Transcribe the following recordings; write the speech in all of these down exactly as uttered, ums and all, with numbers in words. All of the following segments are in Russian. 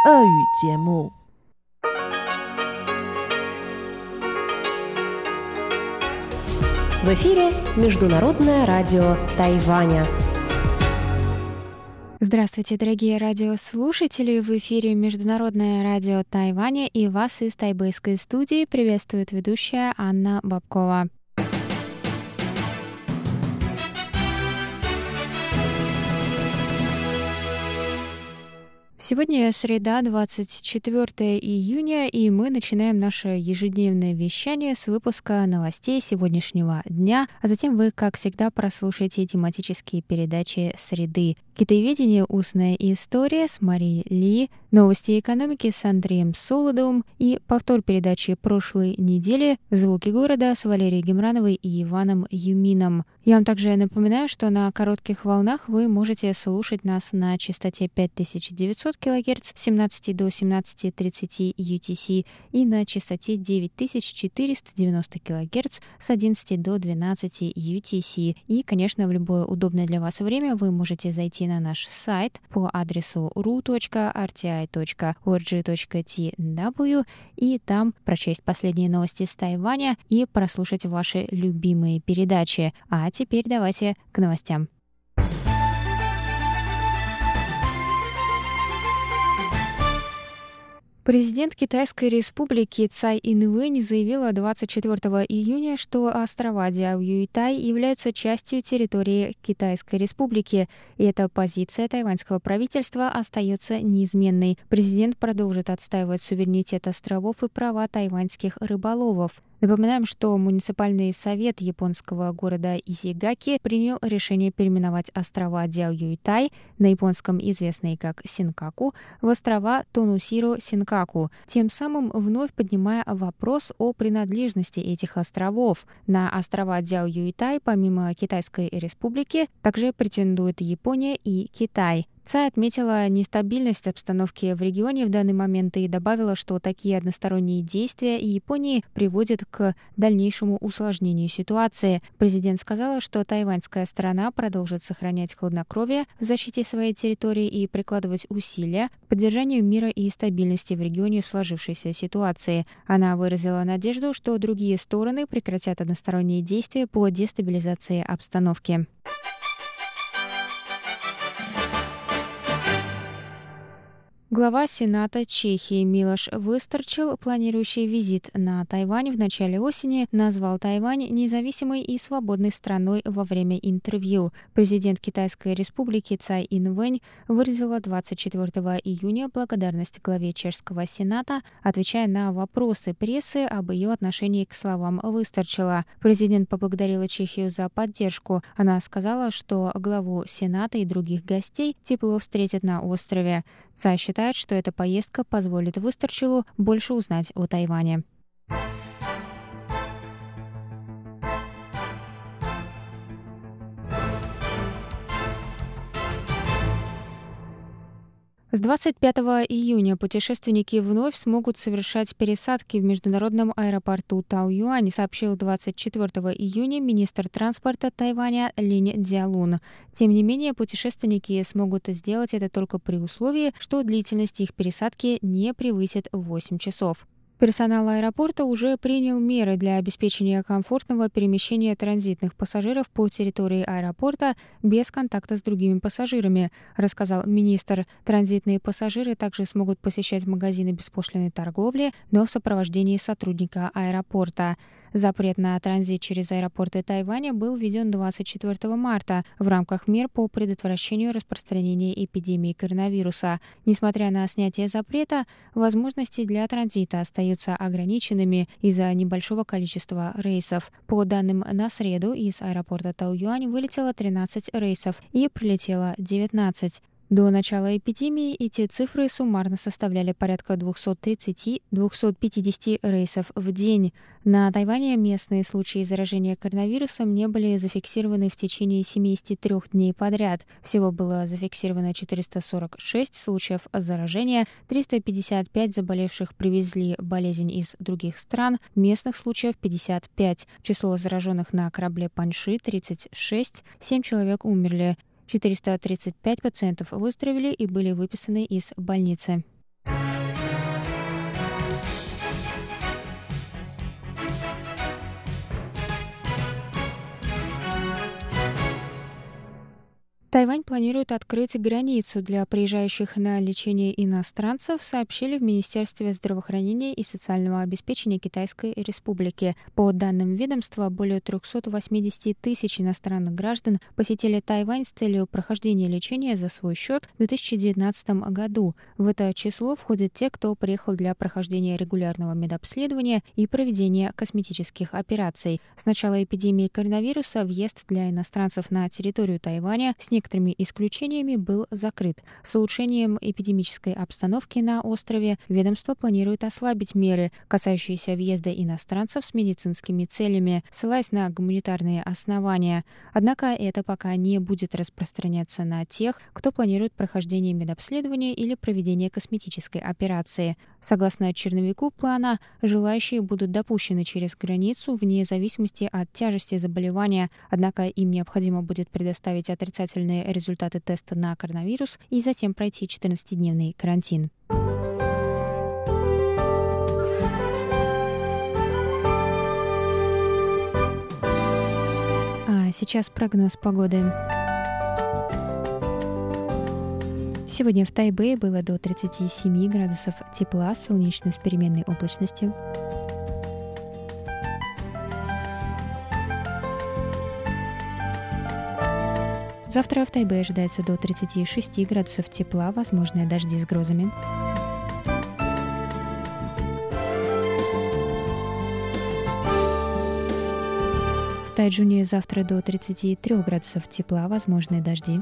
俄语节目。 В эфире Международное радио Тайваня. Здравствуйте, дорогие радиослушатели! В эфире Международное радио Тайваня, и вас из тайбэйской студии приветствует ведущая Анна Бабкова. Сегодня среда, двадцать четвёртое июня, и мы начинаем наше ежедневное вещание с выпуска новостей сегодняшнего дня, а затем вы, как всегда, прослушаете тематические передачи «Среды». Китаеведение «Устная история» с Марией Ли, новости экономики с Андреем Солодовым и повтор передачи прошлой недели «Звуки города» с Валерией Гемрановой и Иваном Юмином. Я вам также напоминаю, что на коротких волнах вы можете слушать нас на частоте пять тысяч девятьсот килогерц с семнадцати до семнадцати тридцати ю ти си и на частоте девять тысяч четыреста девяносто килогерц с одиннадцати до двенадцати ю ти си. И, конечно, в любое удобное для вас время вы можете зайти на наш сайт по адресу ru точка эр ти ай точка ор джи точка ти дабл ю и там прочесть последние новости с Тайваня и прослушать ваши любимые передачи. А теперь давайте к новостям. Президент Китайской республики Цай Инвэнь заявила двадцать четвёртого июня, что острова Дяо Юйтай являются частью территории Китайской республики, и эта позиция тайваньского правительства остается неизменной. Президент продолжит отстаивать суверенитет островов и права тайваньских рыболовов. Напоминаем, что муниципальный совет японского города Исигаки принял решение переименовать острова Дяо Юйтай, на японском известные как Синкаку, в острова Тонусиро-Синкаку, тем самым вновь поднимая вопрос о принадлежности этих островов. На острова Дяо Юйтай, помимо Китайской республики, также претендуют Япония и Китай. Цай отметила нестабильность обстановки в регионе в данный момент и добавила, что такие односторонние действия Японии приводят к дальнейшему усложнению ситуации. Президент сказала, что тайваньская сторона продолжит сохранять хладнокровие в защите своей территории и прикладывать усилия к поддержанию мира и стабильности в регионе в сложившейся ситуации. Она выразила надежду, что другие стороны прекратят односторонние действия по дестабилизации обстановки. Глава Сената Чехии Милош Выстрчил, планирующий визит на Тайвань в начале осени, назвал Тайвань независимой и свободной страной во время интервью. Президент Китайской республики Цай Инвэнь выразила двадцать четвёртого июня благодарность главе Чешского Сената, отвечая на вопросы прессы об ее отношении к словам Выстрчила. Президент поблагодарила Чехию за поддержку. Она сказала, что главу Сената и других гостей тепло встретят на острове. Цай считает, что эта поездка позволит Выстрчилу больше узнать о Тайване. С двадцать пятого июня путешественники вновь смогут совершать пересадки в международном аэропорту Таоюань, сообщил двадцать четвёртого июня министр транспорта Тайваня Линь Дзялун. Тем не менее, путешественники смогут сделать это только при условии, что длительность их пересадки не превысит восемь часов. Персонал аэропорта уже принял меры для обеспечения комфортного перемещения транзитных пассажиров по территории аэропорта без контакта с другими пассажирами, рассказал министр. Транзитные пассажиры также смогут посещать магазины беспошлинной торговли, но в сопровождении сотрудника аэропорта. Запрет на транзит через аэропорты Тайваня был введен двадцать четвёртого марта в рамках мер по предотвращению распространения эпидемии коронавируса. Несмотря на снятие запрета, возможности для транзита остаются ограниченными из-за небольшого количества рейсов. По данным на среду, из аэропорта Таоюань вылетело тринадцать рейсов и прилетело девятнадцать. До начала эпидемии эти цифры суммарно составляли порядка двести тридцать - двести пятьдесят рейсов в день. На Тайване местные случаи заражения коронавирусом не были зафиксированы в течение семидесяти трёх дней подряд. Всего было зафиксировано четыреста сорок шесть случаев заражения, триста пятьдесят пять заболевших привезли болезнь из других стран, местных случаев пятьдесят пять. Число зараженных на корабле Паньши тридцать шесть, семь человек умерли. четыреста тридцать пять пациентов выздоровели и были выписаны из больницы. Тайвань планирует открыть границу для приезжающих на лечение иностранцев, сообщили в Министерстве здравоохранения и социального обеспечения Китайской Республики. По данным ведомства, более триста восемьдесят тысяч иностранных граждан посетили Тайвань с целью прохождения лечения за свой счет в две тысячи девятнадцатом году. В это число входят те, кто приехал для прохождения регулярного медобследования и проведения косметических операций. С начала эпидемии коронавируса въезд для иностранцев на территорию Тайваня с некоторыми исключениями был закрыт. С улучшением эпидемической обстановки на острове ведомство планирует ослабить меры, касающиеся въезда иностранцев с медицинскими целями, ссылаясь на гуманитарные основания. Однако это пока не будет распространяться на тех, кто планирует прохождение медобследования или проведение косметической операции. Согласно черновику плана, желающие будут допущены через границу вне зависимости от тяжести заболевания, однако им необходимо будет предоставить отрицательные результаты теста на коронавирус и затем пройти четырнадцатидневный карантин. А сейчас прогноз погоды. Сегодня в Тайбэе было до тридцати семи градусов тепла, солнечно с переменной облачностью. Завтра в Тайбэе ожидается до тридцати шести градусов тепла, возможны дожди с грозами. В Тайчжуне завтра до тридцати трёх градусов тепла, возможны дожди.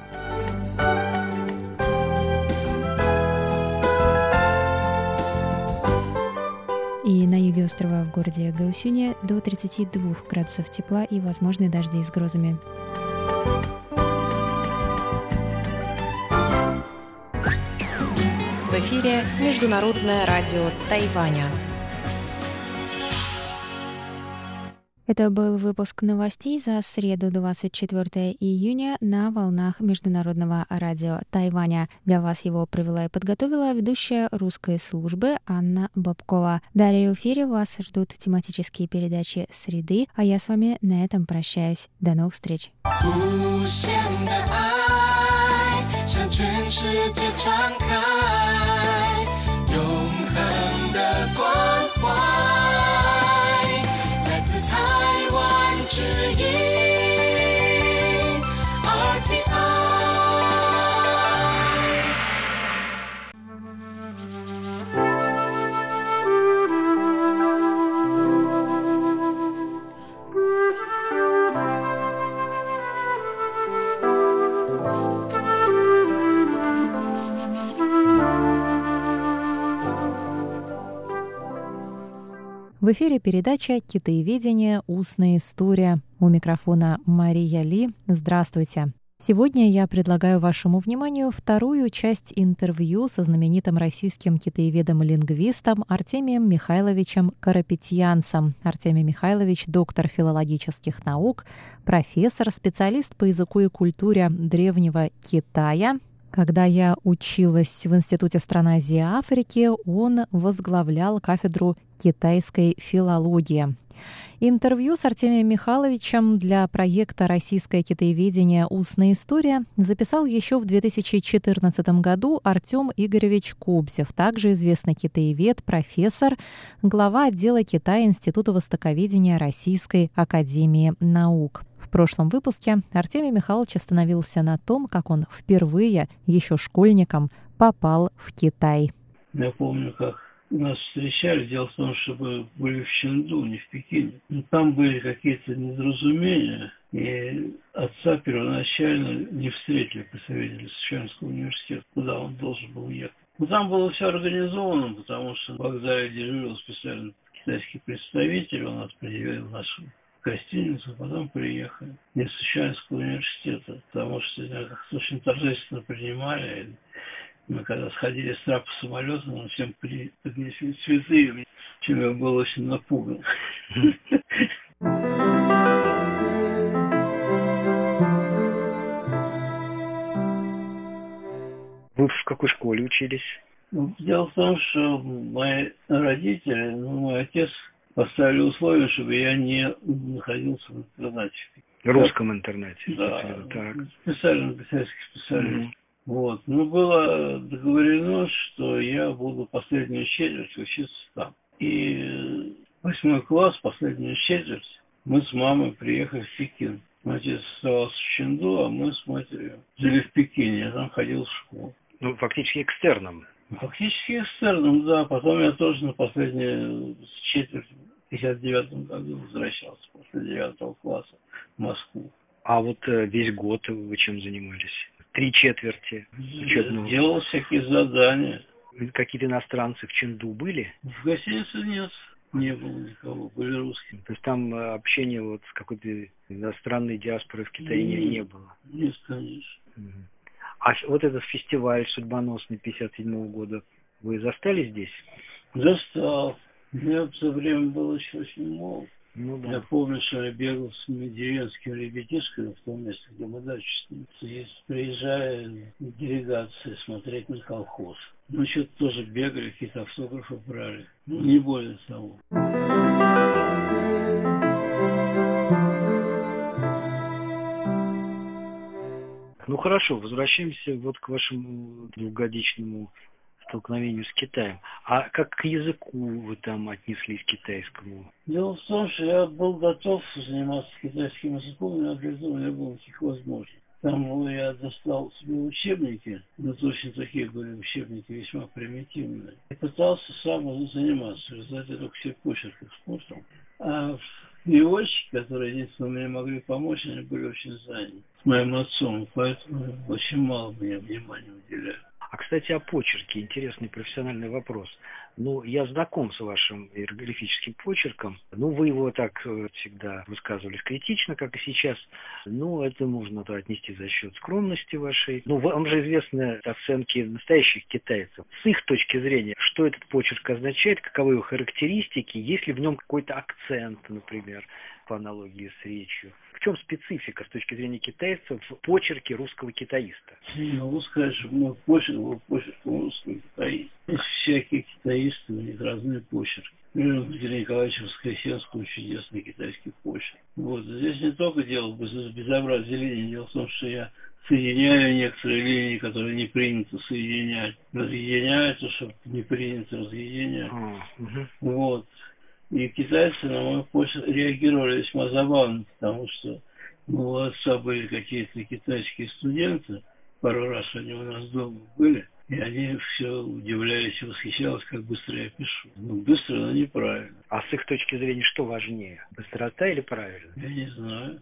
И на юге острова в городе Гаосюне до тридцати двух градусов тепла и возможны дожди с грозами. В эфире Международное радио Тайваня. Это был выпуск новостей за среду, двадцать четвёртого июня на волнах Международного радио Тайваня. Для вас его провела и подготовила ведущая русской службы Анна Бабкова. Далее в эфире вас ждут тематические передачи «Среды», а я с вами на этом прощаюсь. До новых встреч! В эфире передача «Китаеведение. Устная история». У микрофона Мария Ли. Здравствуйте. Сегодня я предлагаю вашему вниманию вторую часть интервью со знаменитым российским китаеведом-лингвистом Артемием Михайловичем Карапетьянцем. Артемий Михайлович – доктор филологических наук, профессор, специалист по языку и культуре древнего Китая. Когда я училась в Институте стран Азии и Африки, он возглавлял кафедру китайской филологии. Интервью с Артемием Михайловичем для проекта «Российское китаеведение. Устная история» записал еще в две тысячи четырнадцатом году Артем Игоревич Кобзев, также известный китаевед, профессор, глава отдела Китая Института востоковедения Российской академии наук. В прошлом выпуске Артемий Михайлович остановился на том, как он впервые, еще школьником, попал в Китай. Я помню, как нас встречали. Дело в том, что мы были в Чэнду, не в Пекине. Но там были какие-то недоразумения, и отца первоначально не встретили представители Сычуанского университета, куда он должен был ехать. Но там было все организовано, потому что в вокзале дежурил специально китайский представитель, он нас предъявил нашу гостиницу, потом приехали из Сычуанского университета, потому что меня как-то очень торжественно принимали. Мы когда сходили с трапа самолета, нам всем поднесли цветы, чем я был очень напуган. Вы в какой школе учились? Ну, дело в том, что мои родители, ну, мой отец поставили условие, чтобы я не находился в интернате. В русском интернете. Да, так. специально китайский специалист. Угу. Вот. Ну, было договорено, что я буду последнюю четверть учиться там. И восьмой класс, последнюю четверть, мы с мамой приехали в Пекин. Отец оставался в Чэнду, а мы с матерью жили в Пекине. Я там ходил в школу. Ну, фактически экстерном. Фактически экстерном, да. Потом я тоже на последнюю четверть в пятьдесят девятом году возвращался после девятого класса в Москву. А вот э, весь год вы чем занимались? Три четверти учебного. Делал всякие задания. Какие-то иностранцы в Чэнду были? В гостинице нет. Не было никого, были русские. То есть там общения вот с какой-то иностранной диаспорой в Китае не, не было? Нет, конечно. Угу. А вот этот фестиваль судьбоносный пятьдесят седьмого года, вы застали здесь? Застал. Я в то время был еще очень молод. Ну, да. Я помню, что я бегал с деревенскими ребятишками в том месте, где мы дачу снимали. Приезжая делегации смотреть на колхоз. Ну, что-то тоже бегали, какие-то автографы брали. Ну, не более того. Ну, хорошо, возвращаемся вот к вашему двухгодичному столкновению с Китаем. А как к языку вы там отнеслись к китайскому? Дело в том, что я был готов заниматься китайским языком, у меня для этого не было никаких возможностей. Там я достал себе учебники, но точно такие были учебники, весьма примитивные. И пытался сам заниматься, в результате только все почерки спортом. А переводчики, которые единственное мне могли помочь, они были очень заняты с моим отцом, поэтому очень мало мне внимания уделяли. А, кстати, о почерке. Интересный профессиональный вопрос. Ну, я знаком с вашим иероглифическим почерком. Ну, вы его так всегда высказывались критично, как и сейчас. Ну, это можно отнести за счет скромности вашей. Ну, вам же известны оценки настоящих китайцев. С их точки зрения, что этот почерк означает, каковы его характеристики, есть ли в нем какой-то акцент, например, по аналогии с речью. В чем специфика с точки зрения китайцев в почерке русского китаиста? Я могу сказать, что мой почерк был почерком русского китаиста. Есть всякие китаисты, у них разные почерки. Например, Василия Николаевича Воскресенского чудесный китайский почерк. Вот. Здесь не только дело в безобразии линий. Дело в том, что я соединяю некоторые линии, которые не принято соединять. Разъединяются, чтобы не принято разъединять. А, угу. Вот. И китайцы на мой почерк реагировали весьма забавно, потому что ну, у отца были какие-то китайские студенты, пару раз они у нас дома были, и они все удивлялись и восхищались, как быстро я пишу. Ну, быстро, но неправильно. А с их точки зрения что важнее, быстрота или правильно? Я не знаю.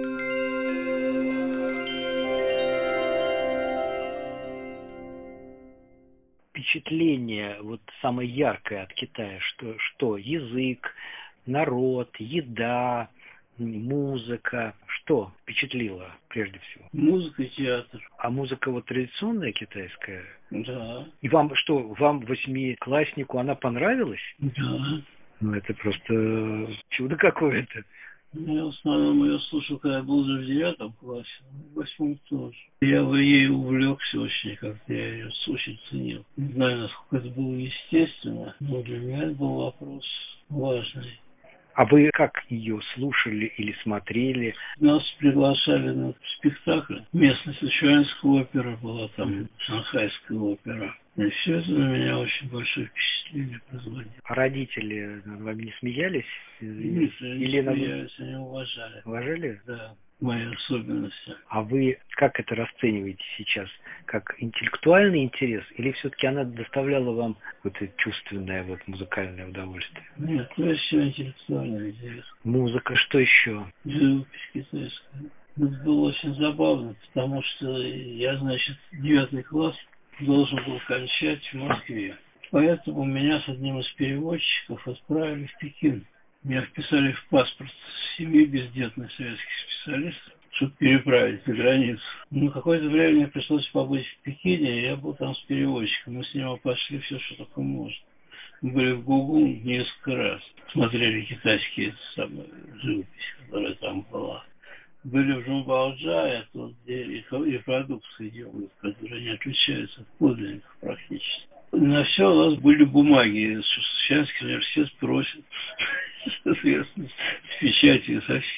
Впечатление вот самое яркое от Китая, что, что язык, народ, еда, музыка, что впечатлило прежде всего? Музыка и театр. А музыка вот традиционная китайская? Да. И вам что, вам восьмикласснику она понравилась? Да. Ну это просто чудо какое-то. Я в основном ее слушал, когда я был уже в девятом классе, в восьмом тоже. Я бы ей увлекся очень, как-то я ее очень ценил. Не знаю, насколько это было естественно, но для меня это был вопрос важный. А вы как ее слушали или смотрели? Нас приглашали на спектакль. Местная сычуанская опера была, там шанхайская опера. И все это на меня очень большое впечатление производило. А родители над вами не смеялись? Нет, они или не смеялись, они уважали. Уважали? Да, мои особенности. А вы как это расцениваете сейчас? Как интеллектуальный интерес? Или все-таки она доставляла вам какое-то чувственное вот, музыкальное удовольствие? Нет, прежде всего интеллектуальный интерес. Музыка, что еще? Живопись китайская. Это было очень забавно, потому что я, значит, девятый класс должен был кончать в Москве. Поэтому меня с одним из переводчиков отправили в Пекин. Меня вписали в паспорт семьи бездетных советских специалистов, чтобы переправить за границу. Ну, какое-то время мне пришлось побыть в Пекине, и я был там с переводчиком. Мы с ним пошли все, что только можно. Мы были в Гугун несколько раз. Смотрели китайские самые живописи, которая там была. Были в Жумбаоджа, это где репродукции делают, которые не отличаются от подлинников практически. На все у нас были бумаги, Сычуанский университет просит, соответственно, с печатью совсем.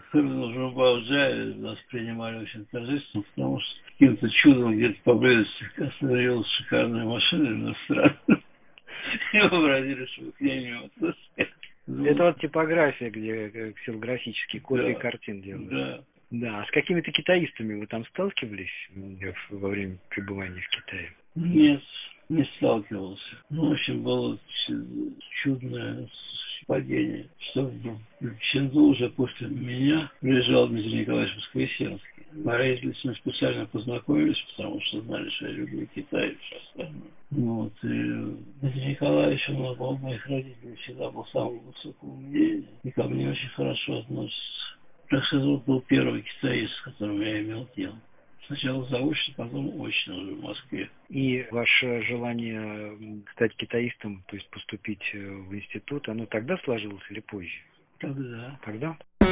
особенно в Жумбао-Джае нас принимали очень торжественно, потому что каким-то чудом где-то поблизости остановилась шикарная машина иностранная. И вообразили, что мы к ней не относимся. Это вот типография, где ксилографические копии да, картин делают. Да. Да. А с какими-то китаистами вы там сталкивались во время пребывания в Китае? Нет, не сталкивался. Ну, в общем, было чудное падение, что в Чэнду уже после меня приезжал Дмитрий Николаевич Воскресенский. Мы родители с ним специально познакомились, потому что знали, что я люблю Китай и все остальное. Вот. И Дмитрий Николаевич, он у моих родителей всегда был самого высокого мнения и ко мне очень хорошо относится. Так что это был первый китаист, с которым я имел дело. Сначала заочно, потом очно уже в Москве. И ваше желание стать китаистом, то есть поступить в институт, оно тогда сложилось или позже? Тогда. Тогда?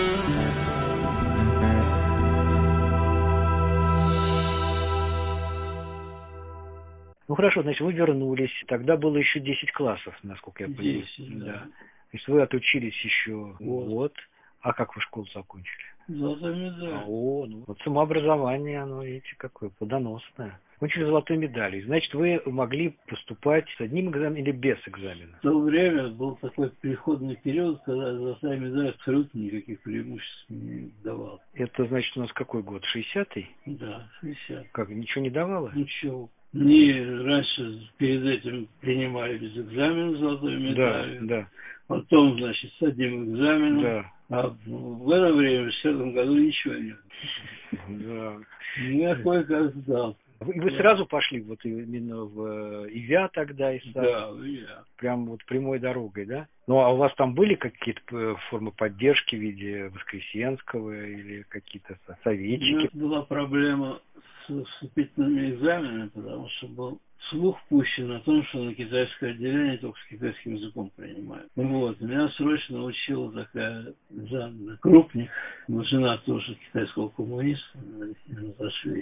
Ну хорошо, значит, вы вернулись. Тогда было еще десять классов, насколько я понимаю. десять, да. Да. То есть вы отучились еще вот. год. А как вы школу закончили? Золотой медаль. О, ну вот самообразование, оно, видите, какое плодоносное. Кончили золотой медалью. Значит, вы могли поступать с одним экзаменом или без экзамена? В то время был такой переходный период, когда золотая медаль абсолютно никаких преимуществ не давала. Это, значит, у нас какой год? шестидесятый? Да, шестидесятый. Как, ничего не давало? Ничего. Мне раньше перед этим принимали без экзамена золотую медаль. Да, да. Потом, значит, с одним экзаменом. Да. А в это время, в шестидесятом году, ничего нет. Да. Никакой как сдал. Вы, вы да. сразу пошли вот именно в ИВЯ тогда? И да, в ИВЯ. Прям вот прямой дорогой, да? Ну, а у вас там были какие-то формы поддержки в виде Воскресенского или какие-то советчики? У нас была проблема с вступительными экзаменами, потому что был слух пущен о том, что на китайское отделение только с китайским языком принимают. Вот. Меня срочно учила такая Жанна Крупник, но жена тоже китайского коммуниста, мы зашлись.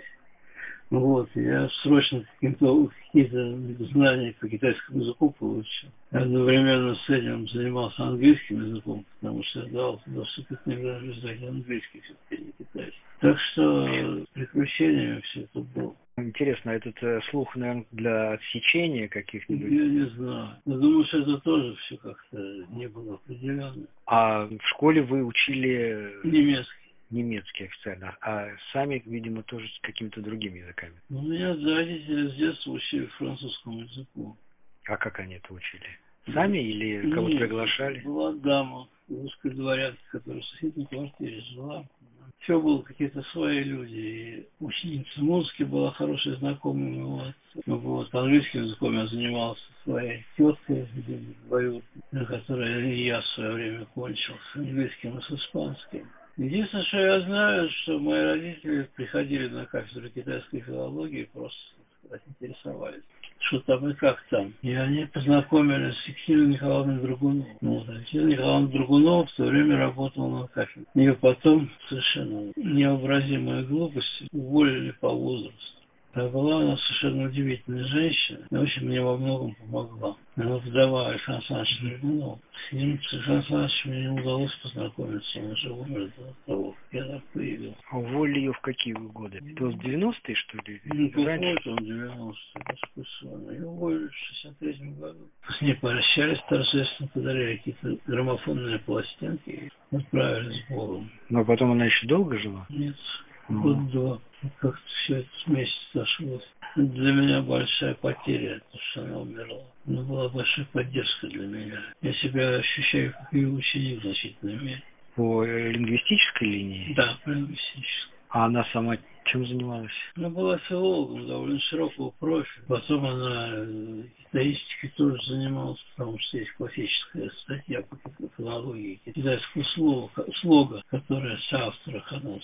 Вот, я срочно каким-то, какие-то знания по китайскому языку получил. Одновременно с этим занимался английским языком, потому что я давал туда вступительные экзамены английский, все-таки не китайский. Так что приключениями все это было. Интересно, этот э, слух, наверное, для отсечения каких-нибудь? Я не знаю. Я думаю, что это тоже все как-то не было определенно. А в школе вы учили... Немецкий. Немецкий официально, а сами, видимо, тоже с какими-то другими языками. Ну, меня родители с детства учили французскому языку. А как они это учили? Сами или кого-то Нет, приглашали? Была дама в русской дворянке, которая в соседней квартире жила. Все было какие-то свои люди. И ученица музыки была хорошей знакомой моего отца. Вот. Английским языком я занимался своей теткой, двоюродной, которая и я в свое время кончил с английским и с испанским. Единственное, что я знаю, что мои родители приходили на кафедру китайской филологии и просто интересовались, что там и как там. И они познакомились с Екатериной Николаевной Драгуновой. Вот. Екатерина Николаевна Драгунова в то время работала на кафедре. Ее потом совершенно необразимые глупости уволили по возрасту. А была она совершенно удивительная женщина, и очень мне во многом помогла. Она вдова Александра Александровича Драгунова. С ним, с Александром Александровичем, мне не удалось познакомиться, он уже умер до того, как я так появился. А уволили ее в какие годы? Это в девяностые, что ли? Ну, какой-то он девяностый, Господи с вами. Ее уволили в шестьдесят третьем году. С ней прощались торжественно, подарили какие-то граммофонные пластинки и отправились с Богом. Но потом она еще долго жила? Нет, год-два. Как-то все это вместе сошлось. Для меня большая потеря, то, что она умерла. Она была большой поддержкой для меня. Я себя ощущаю как ее ученик в значительной мере. По лингвистической линии? Да, по лингвистической. А она сама чем занималась? Она была филологом довольно широкого профиля. Потом она китаистикой тоже занималась, потому что есть классическая статья по филологии китайского слова, слога, которая соавтора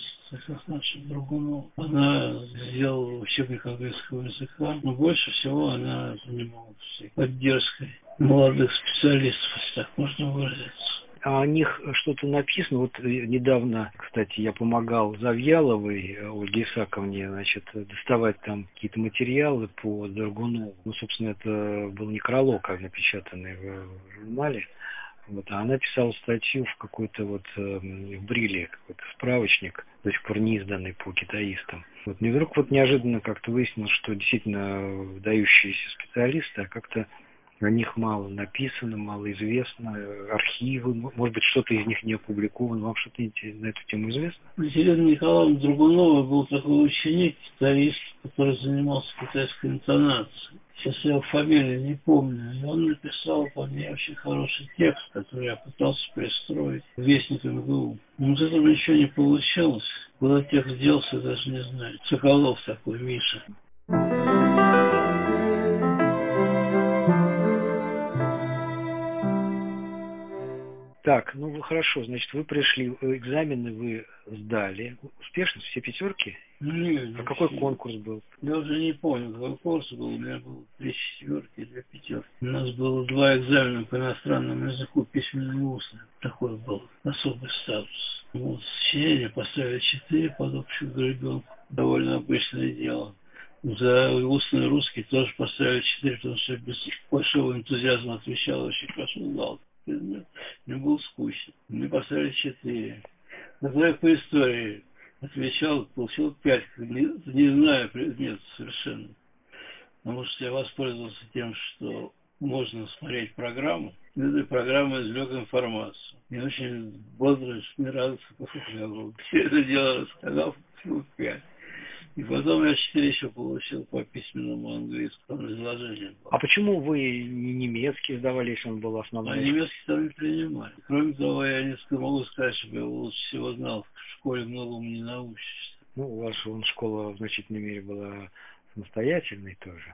с нашим Драгуновым. Она сделала учебник английского языка, но больше всего она занималась поддержкой молодых специалистов, если так можно выразиться. А о них что-то написано. Вот недавно, кстати, я помогал Завьяловой Ольге Исаковне, значит, доставать там какие-то материалы по Драгунову. Ну, собственно, это был некролог, напечатанный в журнале. Вот, а она писала статью в какой-то вот э, в Бриле, какой-то справочник, до сих пор не изданный по китаистам. Вот, и вдруг вот неожиданно как-то выяснилось, что действительно выдающиеся специалисты, а как-то о них мало написано, мало известно, архивы, может быть, что-то из них не опубликовано. Вам что-то на эту тему известно? Екатерина Николаевна Драгунова был такой ученик, китаист, который занимался китайской интонацией. Сейчас я его фамилию не помню. И он написал по мне очень хороший текст, который я пытался пристроить в Вестник эм гэ у. Но с этого ничего не получилось. Куда текст делся, я даже не знаю. Соколов такой, Миша. Так, ну хорошо, значит, вы пришли, экзамены вы сдали. Успешно, все пятерки? Нет, а какой все. Конкурс был? Я уже не помню, какой конкурс был. У меня было три четверки, две пятерки. У нас было два экзамена по иностранному языку, письменный и устный. Такой был особый статус. Вот, сочинение поставили четыре под общую гребенку. Довольно обычное дело. За устный русский тоже поставили четыре, потому что без большого энтузиазма отвечал, очень хорошо знал. Мне было скучно. Мне поставили четыре. Когда я по истории отвечал, получил пять, не, не зная предмета совершенно. Потому что я воспользовался тем, что можно смотреть программу, и этой программы извлек информацию. И очень бодро, не радостно, поскольку я был все это дело рассказал, получил пять. И потом я четыре еще получил по письменному английскому изложению. А почему вы не немецкий сдавали, если он был основной? А немецкий там не принимали. Кроме того, я не могу сказать, что я его лучше всего знал. В школе многому не научишься. Ну, у вас вон, школа в значительной мере была самостоятельной тоже.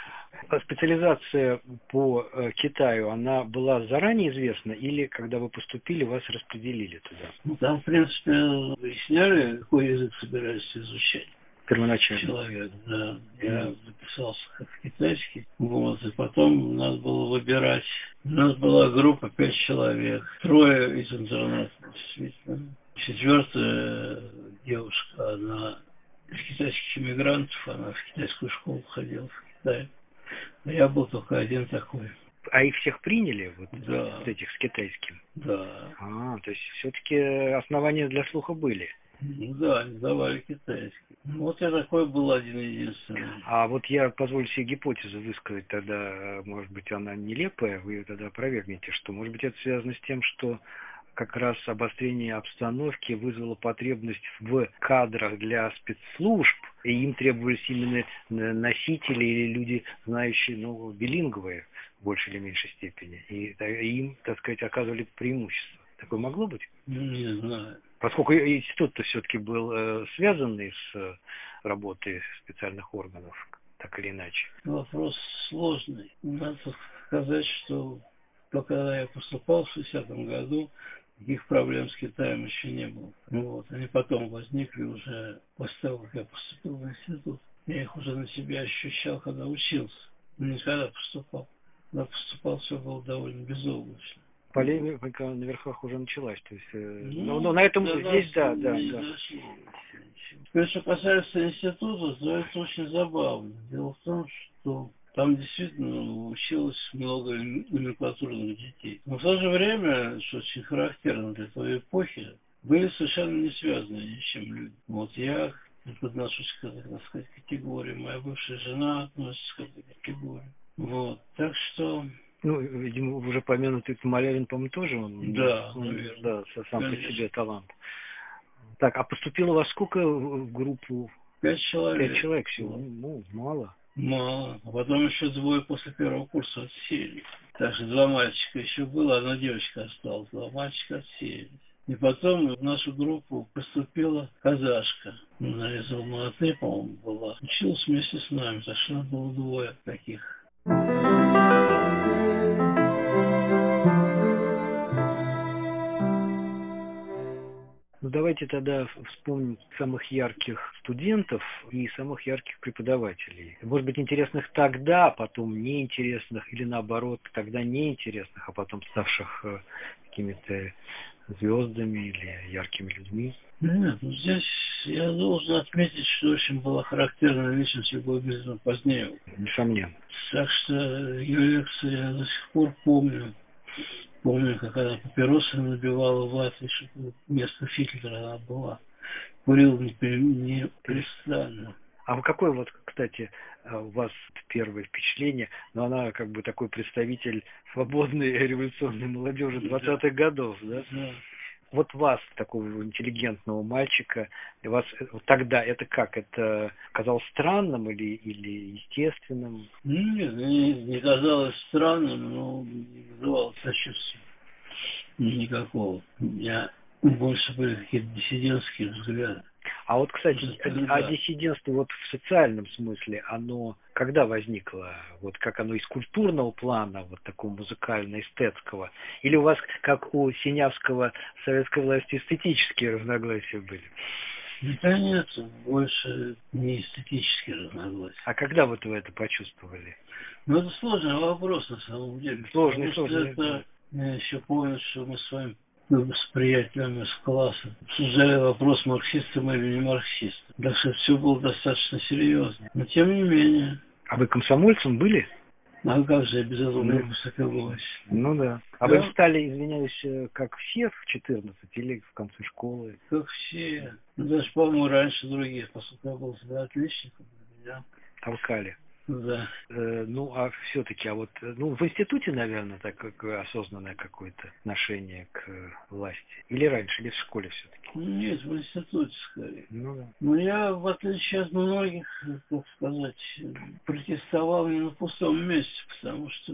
А специализация по э, Китаю, она была заранее известна или когда вы поступили, вас распределили туда? Ну, там, в принципе, выясняли, какой язык собирались изучать. Первоначально. Человек, да. Я записался как в китайский. Вот. И потом надо было выбирать. У нас была группа пять человек. Трое из интерната, действительно. Четвертая девушка, она из китайских иммигрантов, она в китайскую школу ходила в Китае. А я был только один такой. А их всех приняли, вот, да. вот этих с китайским? Да. А, то есть все-таки основания для слуха были? Ну да, они давали китайский. Вот я такой был один-единственный. А вот я позволю себе гипотезу высказать тогда, может быть, она нелепая, вы ее тогда опровергнете, что, может быть, это связано с тем, что как раз обострение обстановки вызвало потребность в кадрах для спецслужб, и им требовались именно носители или люди, знающие, ну, билинговые в большей или меньшей степени, и им, так сказать, оказывали преимущество. Такое могло быть? Не знаю. Поскольку институт-то все-таки был э, связанный с э, работой специальных органов, так или иначе. Вопрос сложный. Надо сказать, что когда я поступал в шестидесятом году, никаких проблем с Китаем еще не было. Вот. Они потом возникли уже после того, как я поступил в институт. Я их уже на себя ощущал, когда учился. Не когда поступал. Когда поступал, все было довольно безоблачно. Полемика на верхах уже началась. То есть, ну, ну, но на этом да, здесь, да, да, не да. Теперь, что касается института, то это очень забавно. Дело в том, что там действительно училось много номенклатурных детей. Но в то же время, что очень характерно для той эпохи, были совершенно не связанные ни с чем люди. Вот я отношусь к этой, так сказать, категории. Моя бывшая жена относится к этой категории. Вот. Так что... Ну, видимо, уже помянутый Малявин, по-моему, тоже он, да, он, наверное. Да, сам Конечно. по себе талант. Так, а поступило у вас сколько в группу? Пять человек. Пять человек всего? Ну, мало. Мало. А потом еще двое после первого курса отсеялись. Так что два мальчика еще было, одна девочка осталась, два мальчика отсеялись. И потом в нашу группу поступила казашка. Она из Алматы, по-моему, была. Училась вместе с нами, так что было двое таких. Ну, давайте тогда вспомним самых ярких студентов и самых ярких преподавателей. Может быть, интересных тогда, а потом неинтересных, или наоборот, тогда неинтересных, а потом ставших какими-то звездами или яркими людьми. Нет, ну здесь я должен отметить, что очень была характерная личность Любовь Григорьевна Позднеева. Несомненно. Так что ее лекции я до сих пор помню. Помню, как она папиросы набивала ватой, чтобы вместо фильтра она была. Курил непрестанно. А какое вот, кстати, у вас первое впечатление, но она как бы такой представитель свободной революционной молодежи двадцатых годов, да? Да. Вот вас, такого интеллигентного мальчика, вас тогда это как? Это казалось странным или, или естественным? Нет, не, не казалось странным, но не вызывало сочувствия никакого. У меня больше были какие-то диссидентские взгляды. А вот, кстати, да. а диссидентство вот в социальном смысле, оно когда возникло? Вот как оно из культурного плана, вот такого музыкально-эстетского? Или у вас, как у синявского советской власти, эстетические разногласия были? Да нет, больше не эстетические разногласия. А когда вот вы это почувствовали? Ну, это сложный вопрос, на самом деле. Сложный, сложный. Это, я еще помню, что мы с вами с приятелями из класса обсуждали вопрос, марксисты мы или не марксисты. Так что все было достаточно серьезно. Но тем не менее. А вы комсомольцем были? А как же я без этого мог высоковлась? Ну да. А да. Вы стали, извиняюсь, как все в четырнадцать или в конце школы? Как все. Ну, даже, по-моему, раньше других, поскольку я был всегда отличником. Меня толкали. Да. Э, ну, а все-таки, а вот, ну, в институте, наверное, такое осознанное какое-то отношение к власти. Или раньше, или в школе все-таки? Нет, в институте скорее. Ну да. Но я, в отличие от многих, так сказать, протестовал не на пустом месте, потому что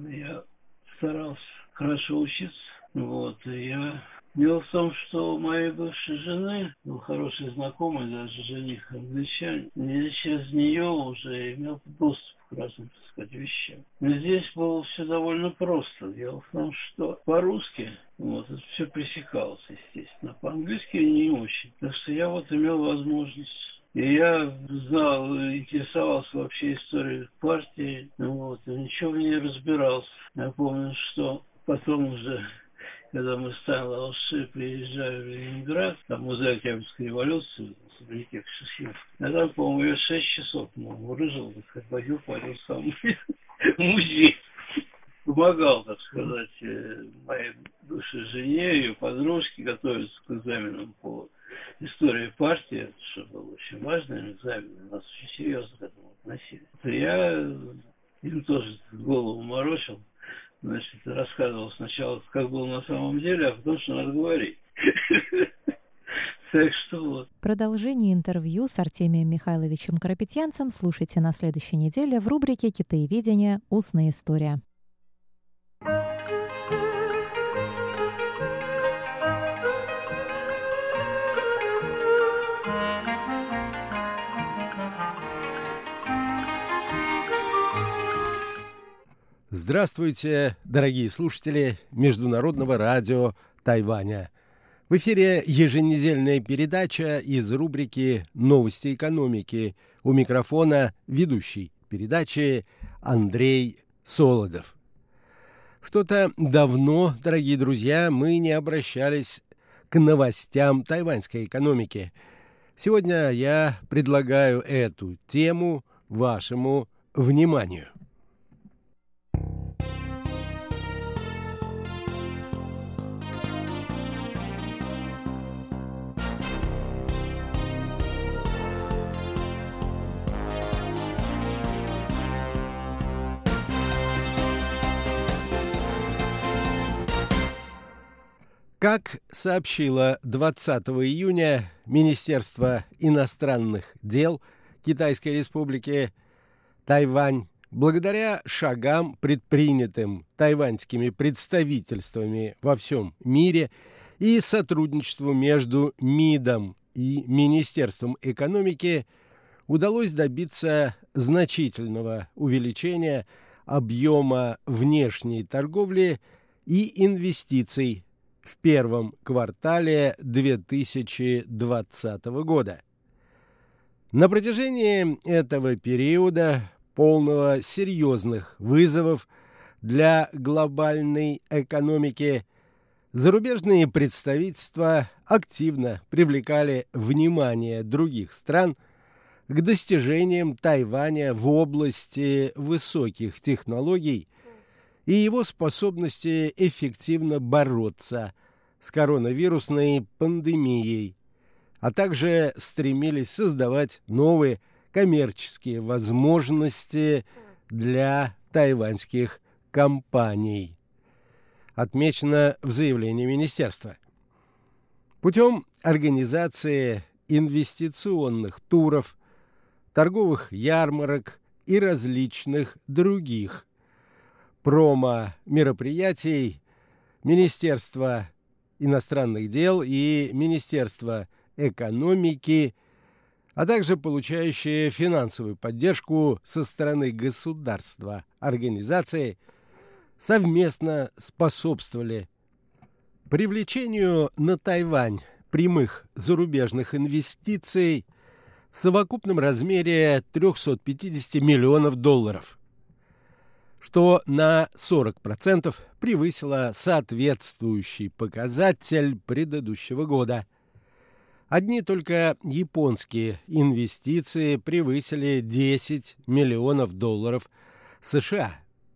я старался хорошо учиться. Вот, и я... Дело в том, что у моей бывшей жены был хороший знакомый, даже жених англичанин. И через нее уже имел доступ к разным, так сказать, вещам. Но здесь было все довольно просто. Дело в том, что по-русски вот, это все пресекалось, естественно. По-английски не очень. Так что я вот имел возможность. И я знал, интересовался вообще историей партии, вот, и ничего в ней разбирался. Я помню, что потом уже... Когда мы с Алши приезжали в Ленинград, там музей Октябрьской революции, в реке Кшишин, а там, по-моему, я шесть часов, по-моему, рыжил, так сказать, водил по этому самому музей. Помогал, так сказать, моей бывшей жене, ее подружке готовиться к экзаменам по истории партии, что было очень важным экзаменом, нас очень серьезно к этому относились. Я им тоже голову морочил. Значит, рассказывал сначала, как было на самом деле, а потом, что надо говорить. Так что вот. Продолжение интервью с Артемием Михайловичем Карапетянцем слушайте на следующей неделе в рубрике «Китаеведение. Устная история». Здравствуйте, дорогие слушатели Международного радио Тайваня. В эфире еженедельная передача из рубрики «Новости экономики». У микрофона ведущий передачи Андрей Солодов. Что-то давно, дорогие друзья, мы не обращались к новостям тайваньской экономики. Сегодня я предлагаю эту тему вашему вниманию. Как сообщило двадцатого июня Министерство иностранных дел Китайской Республики Тайвань, благодаря шагам, предпринятым тайваньскими представительствами во всем мире и сотрудничеству между МИДом и Министерством экономики, удалось добиться значительного увеличения объема внешней торговли и инвестиций в первом квартале две тысячи двадцатого года. На протяжении этого периода, полного серьезных вызовов для глобальной экономики, зарубежные представительства активно привлекали внимание других стран к достижениям Тайваня в области высоких технологий и его способности эффективно бороться с коронавирусной пандемией, а также стремились создавать новые коммерческие возможности для тайваньских компаний, отмечено в заявлении министерства. Путем организации инвестиционных туров, торговых ярмарок и различных других промо-мероприятий Министерство иностранных дел и Министерство экономики, а также получающие финансовую поддержку со стороны государства организации, совместно способствовали привлечению на Тайвань прямых зарубежных инвестиций в совокупном размере триста пятьдесят миллионов долларов, что на сорок процентов превысило соответствующий показатель предыдущего года. Одни только японские инвестиции превысили десять миллионов долларов США.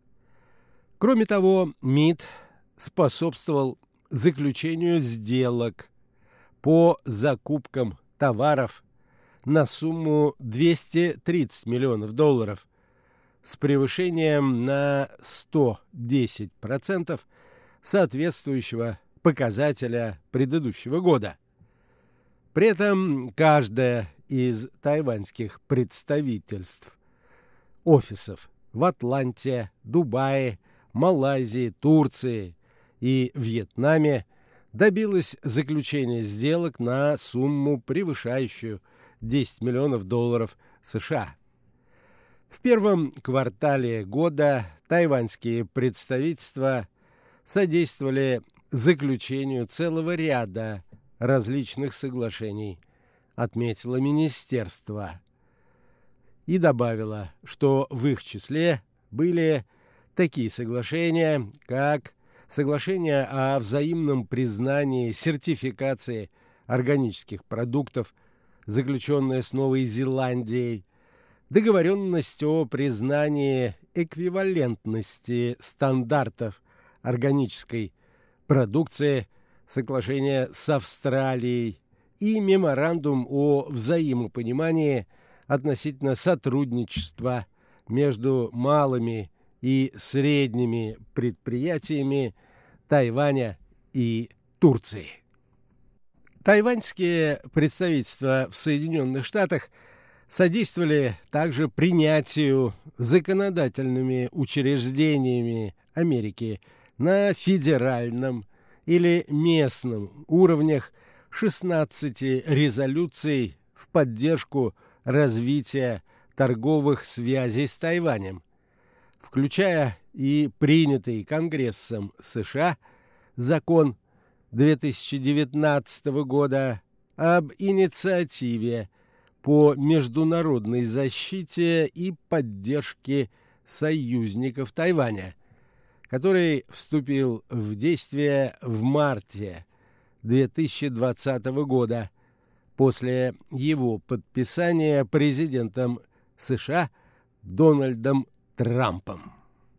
Кроме того, МИД способствовал заключению сделок по закупкам товаров на сумму двести тридцать миллионов долларов с превышением на сто десять процентов соответствующего показателя предыдущего года. При этом каждое из тайваньских представительств, офисов в Атланте, Дубае, Малайзии, Турции и Вьетнаме добилось заключения сделок на сумму, превышающую десять миллионов долларов США. В первом квартале года тайваньские представительства содействовали заключению целого ряда различных соглашений, отметило министерство, и добавило, что в их числе были такие соглашения, как соглашение о взаимном признании сертификации органических продуктов, заключенное с Новой Зеландией, договоренность о признании эквивалентности стандартов органической продукции, соглашение с Австралией и меморандум о взаимопонимании относительно сотрудничества между малыми и средними предприятиями Тайваня и Турции. Тайваньские представительства в Соединенных Штатах содействовали также принятию законодательными учреждениями Америки на федеральном или местном уровнях шестнадцати резолюций в поддержку развития торговых связей с Тайванем, включая и принятый Конгрессом США закон две тысячи девятнадцатого года об инициативе по международной защите и поддержке союзников Тайваня, который вступил в действие в марте две тысячи двадцатого года после его подписания президентом США Дональдом Трампом.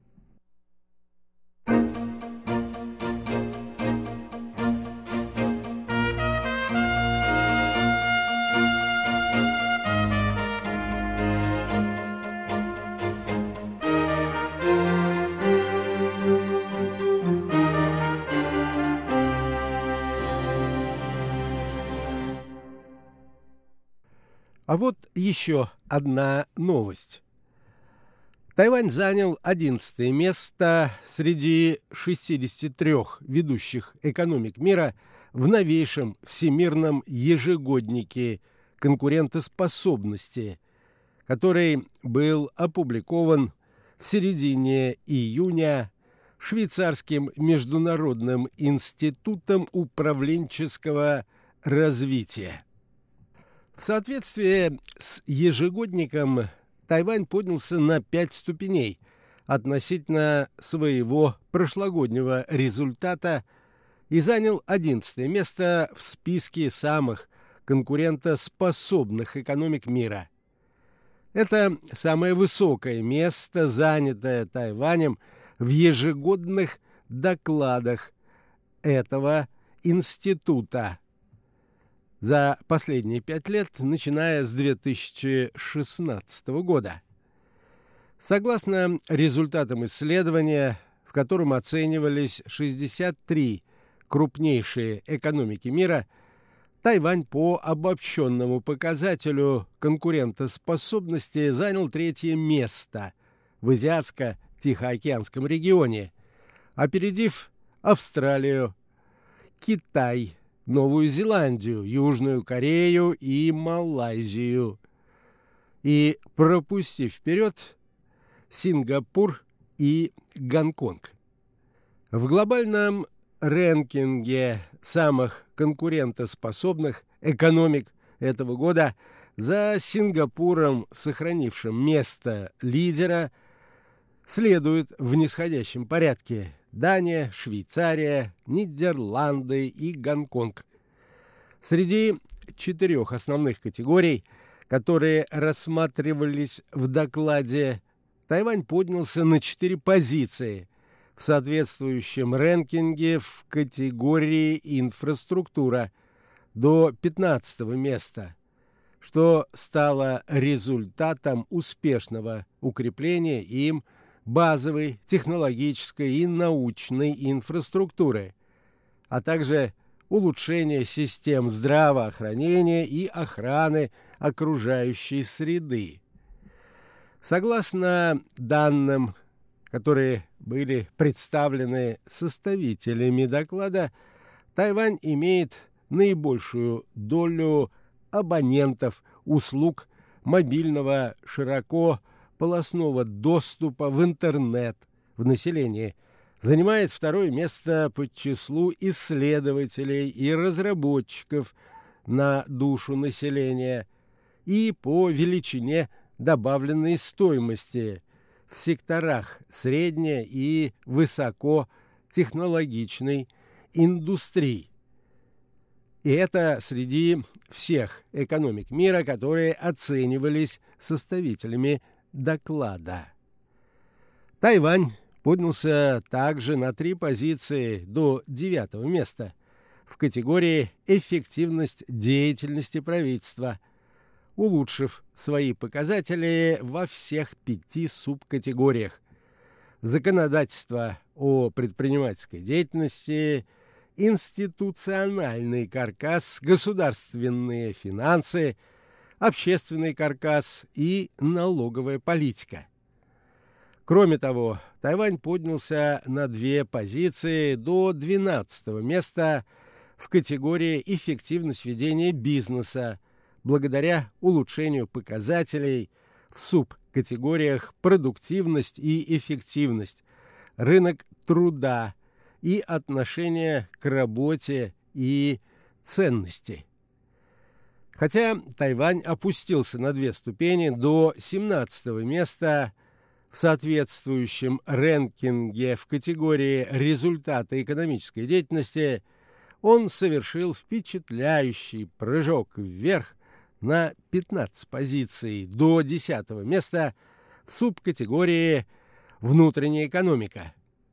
А вот еще одна новость. Тайвань занял одиннадцатое место среди шестидесяти трёх ведущих экономик мира в новейшем всемирном ежегоднике конкурентоспособности, который был опубликован в середине июня Швейцарским международным институтом управленческого развития. В соответствии с ежегодником Тайвань поднялся на пять ступеней относительно своего прошлогоднего результата и занял одиннадцатое место в списке самых конкурентоспособных экономик мира. Это самое высокое место, занятое Тайванем в ежегодных докладах этого института за последние пять лет, начиная с две тысячи шестнадцатого года. Согласно результатам исследования, в котором оценивались шестьдесят три крупнейшие экономики мира, Тайвань по обобщенному показателю конкурентоспособности занял третье место в Азиатско-Тихоокеанском регионе, опередив Австралию, Китай, Новую Зеландию, Южную Корею и Малайзию, и пропустив вперед Сингапур и Гонконг. В глобальном рэнкинге самых конкурентоспособных экономик этого года за Сингапуром, сохранившим место лидера, следуют в нисходящем порядке Дания, Швейцария, Нидерланды и Гонконг. Среди четырех основных категорий, которые рассматривались в докладе, Тайвань поднялся на четыре позиции в соответствующем рэнкинге в категории «Инфраструктура» до пятнадцатого места, что стало результатом успешного укрепления им базовой, технологической и научной инфраструктуры, а также улучшения систем здравоохранения и охраны окружающей среды. Согласно данным, которые были представлены составителями доклада, Тайвань имеет наибольшую долю абонентов услуг мобильного широкополосного доступа в интернет в населении, занимает второе место по числу исследователей и разработчиков на душу населения и по величине добавленной стоимости в секторах средне- и высокотехнологичной индустрии. И это среди всех экономик мира, которые оценивались составителями доклада. Тайвань поднялся также на три позиции до девятого места в категории «Эффективность деятельности правительства», улучшив свои показатели во всех пяти субкатегориях: законодательство о предпринимательской деятельности, институциональный каркас, государственные финансы, общественный каркас и налоговая политика. Кроме того, Тайвань поднялся на две позиции до двенадцатого места в категории «Эффективность ведения бизнеса», благодаря улучшению показателей в субкатегориях «Продуктивность и эффективность», «Рынок труда» и «Отношение к работе и ценности». Хотя Тайвань опустился на две ступени до семнадцатого места в соответствующем рэнкинге в категории «Результаты экономической деятельности», он совершил впечатляющий прыжок вверх на пятнадцать позиций до десятого места в субкатегории «Внутренняя экономика».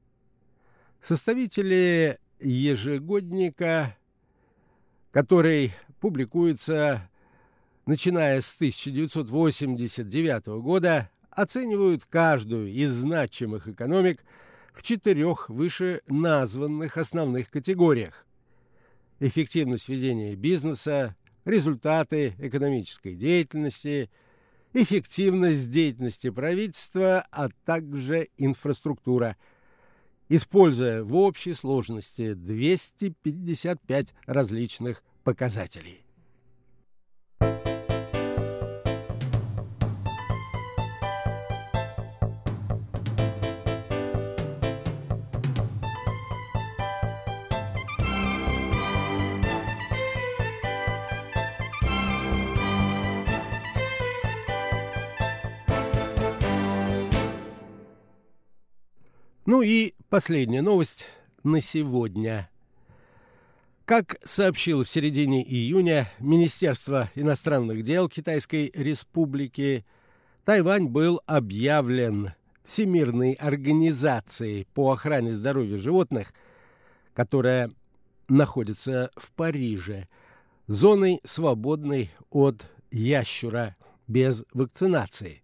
Составители ежегодника, который публикуется начиная с тысяча девятьсот восемьдесят девятого года, оценивают каждую из значимых экономик в четырех вышеназванных основных категориях: эффективность ведения бизнеса, результаты экономической деятельности, эффективность деятельности правительства, а также инфраструктура, используя в общей сложности двести пятьдесят пять различных показателей. Ну и последняя новость на сегодня. Как сообщило в середине июня Министерство иностранных дел Китайской Республики, Тайвань был объявлен Всемирной организации по охране здоровья животных, которая находится в Париже, зоной, свободной от ящура без вакцинации.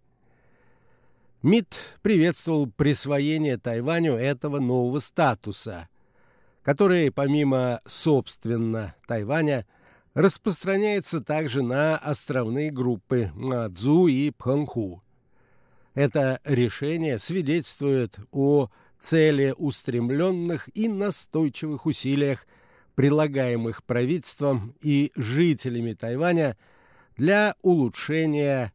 МИД приветствовал присвоение Тайваню этого нового статуса, который, помимо, собственно, Тайваня, распространяется также на островные группы Мадзу и Пхэнху. Это решение свидетельствует о целеустремленных и настойчивых усилиях, прилагаемых правительством и жителями Тайваня для улучшения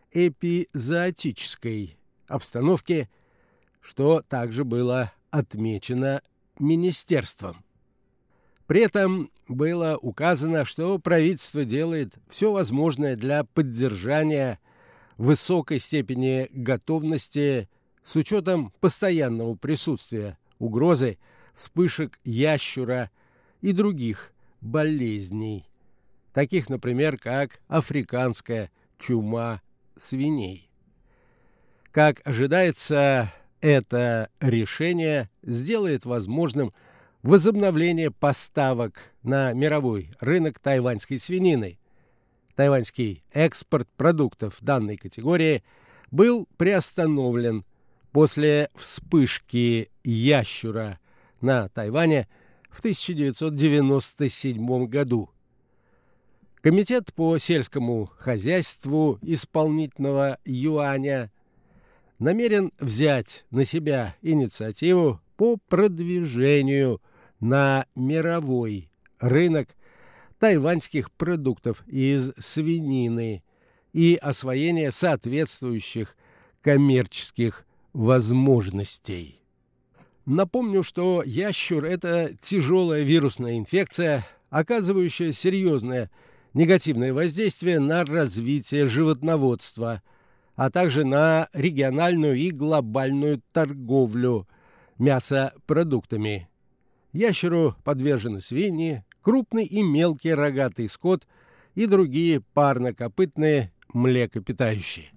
эпизоотической обстановки, что также было отмечено министерством. При этом было указано, что правительство делает все возможное для поддержания высокой степени готовности с учетом постоянного присутствия угрозы вспышек ящура и других болезней, таких, например, как африканская чума свиней. Как ожидается, это решение сделает возможным возобновление поставок на мировой рынок тайваньской свинины. Тайваньский экспорт продуктов данной категории был приостановлен после вспышки ящура на Тайване в тысяча девятьсот девяносто седьмом году. Комитет по сельскому хозяйству исполнительного юаня намерен взять на себя инициативу по продвижению на мировой рынок тайваньских продуктов из свинины и освоение соответствующих коммерческих возможностей. Напомню, что ящур – это тяжелая вирусная инфекция, оказывающая серьезное негативное воздействие на развитие животноводства, а также на региональную и глобальную торговлю мясопродуктами. Ящеру подвержены свиньи, крупный и мелкий рогатый скот и другие парнокопытные млекопитающие.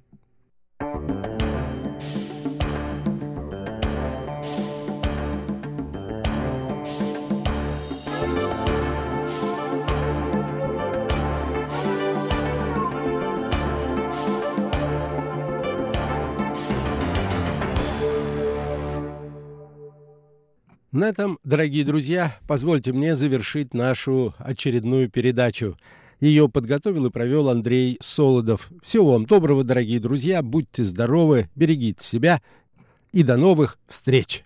На этом, дорогие друзья, позвольте мне завершить нашу очередную передачу. Ее подготовил и провел Андрей Солодов. Всего вам доброго, дорогие друзья, будьте здоровы, берегите себя и до новых встреч!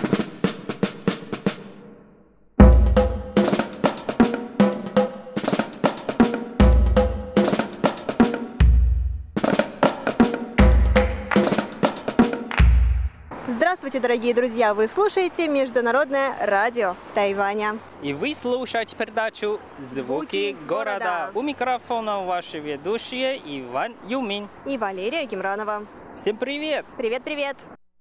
Здравствуйте, дорогие друзья! Вы слушаете Международное радио Тайваня. И вы слушаете передачу «Звуки города». У микрофона ваши ведущие Иван Юмин и Валерия Гемранова. Всем привет! Привет-привет!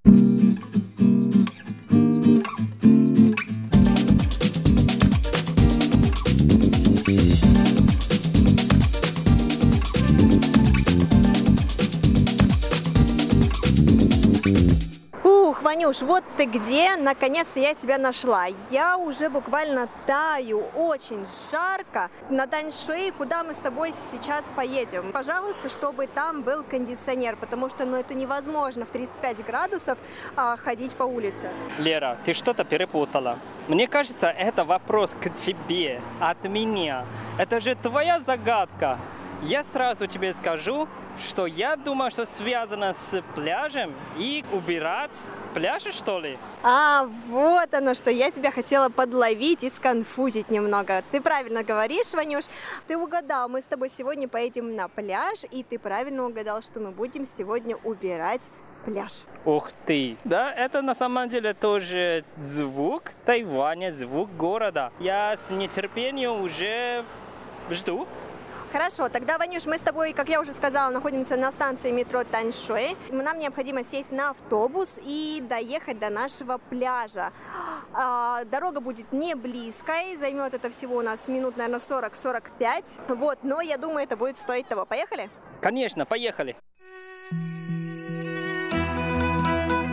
Ванюш, вот ты где, наконец-то я тебя нашла. Я уже буквально таю, очень жарко. На Таньшуй, куда мы с тобой сейчас поедем. Пожалуйста, чтобы там был кондиционер, потому что ну, это невозможно в тридцать пять градусов а, ходить по улице. Лера, ты что-то перепутала. Мне кажется, это вопрос к тебе, от меня. Это же твоя загадка. Я сразу тебе скажу, что я думаю, что связано с пляжем и убирать пляжи, что ли? А, вот оно что, я тебя хотела подловить и сконфузить немного. Ты правильно говоришь, Ванюш, ты угадал, мы с тобой сегодня поедем на пляж, и ты правильно угадал, что мы будем сегодня убирать пляж. Ух ты! Да, это на самом деле тоже звук Тайваня, звук города. Я с нетерпением уже жду. Хорошо, тогда, Ванюш, мы с тобой, как я уже сказала, находимся на станции метро Таньшуй. Нам необходимо сесть на автобус и доехать до нашего пляжа. А, дорога будет не близкой, займет это всего у нас минут, наверное, сорок - сорок пять. Вот, но я думаю, это будет стоить того. Поехали? Конечно, поехали!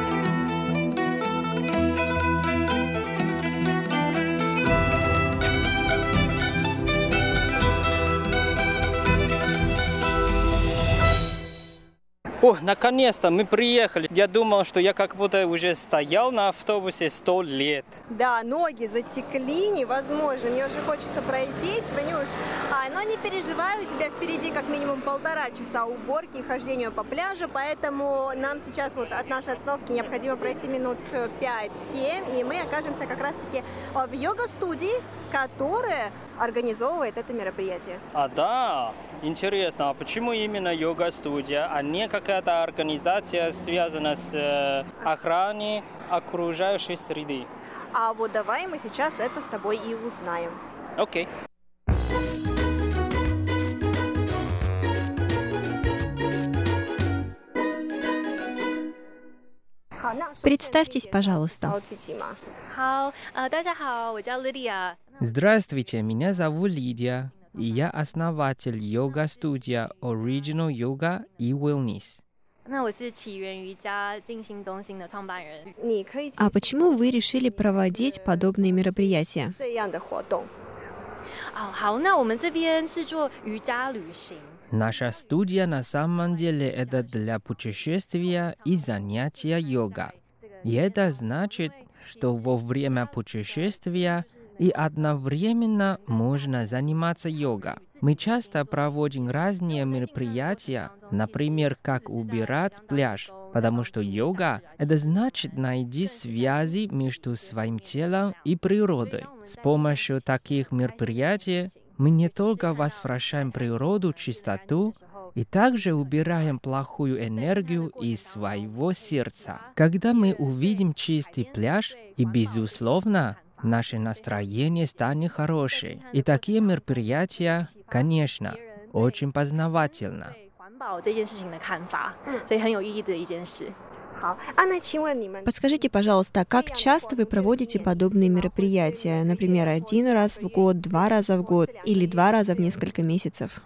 О, наконец-то мы приехали. Я думал, что я как будто уже стоял на автобусе сто лет. Да, ноги затекли, невозможно. Мне уже хочется пройтись, Ванюш. А, но не переживай, у тебя впереди как минимум полтора часа уборки и хождению по пляжу, поэтому нам сейчас вот от нашей остановки необходимо пройти минут пять-семь, и мы окажемся как раз-таки в йога-студии, которая организовывает это мероприятие. А, да, интересно, а почему именно йога-студия, а не какая-то организация, связанная с э, охраной окружающей среды? А вот давай мы сейчас это с тобой и узнаем. Окей. Представьтесь, пожалуйста. Здравствуйте, меня зовут Лидия, и я основатель йога-студия Original Yoga и Wellness. А почему вы решили проводить подобные мероприятия? Наша студия на самом деле это для путешествия и занятия йога. И это значит, что во время путешествия и одновременно можно заниматься йогой. Мы часто проводим разные мероприятия, например, как убирать пляж, потому что йога – это значит найти связи между своим телом и природой. С помощью таких мероприятий мы не только возвращаем природу чистоту, и также убираем плохую энергию из своего сердца. Когда мы увидим чистый пляж, и, безусловно, наше настроение станет хорошим. И такие мероприятия, конечно, очень познавательны. Подскажите, пожалуйста, как часто вы проводите подобные мероприятия? Например, один раз в год, два раза в год или два раза в несколько месяцев?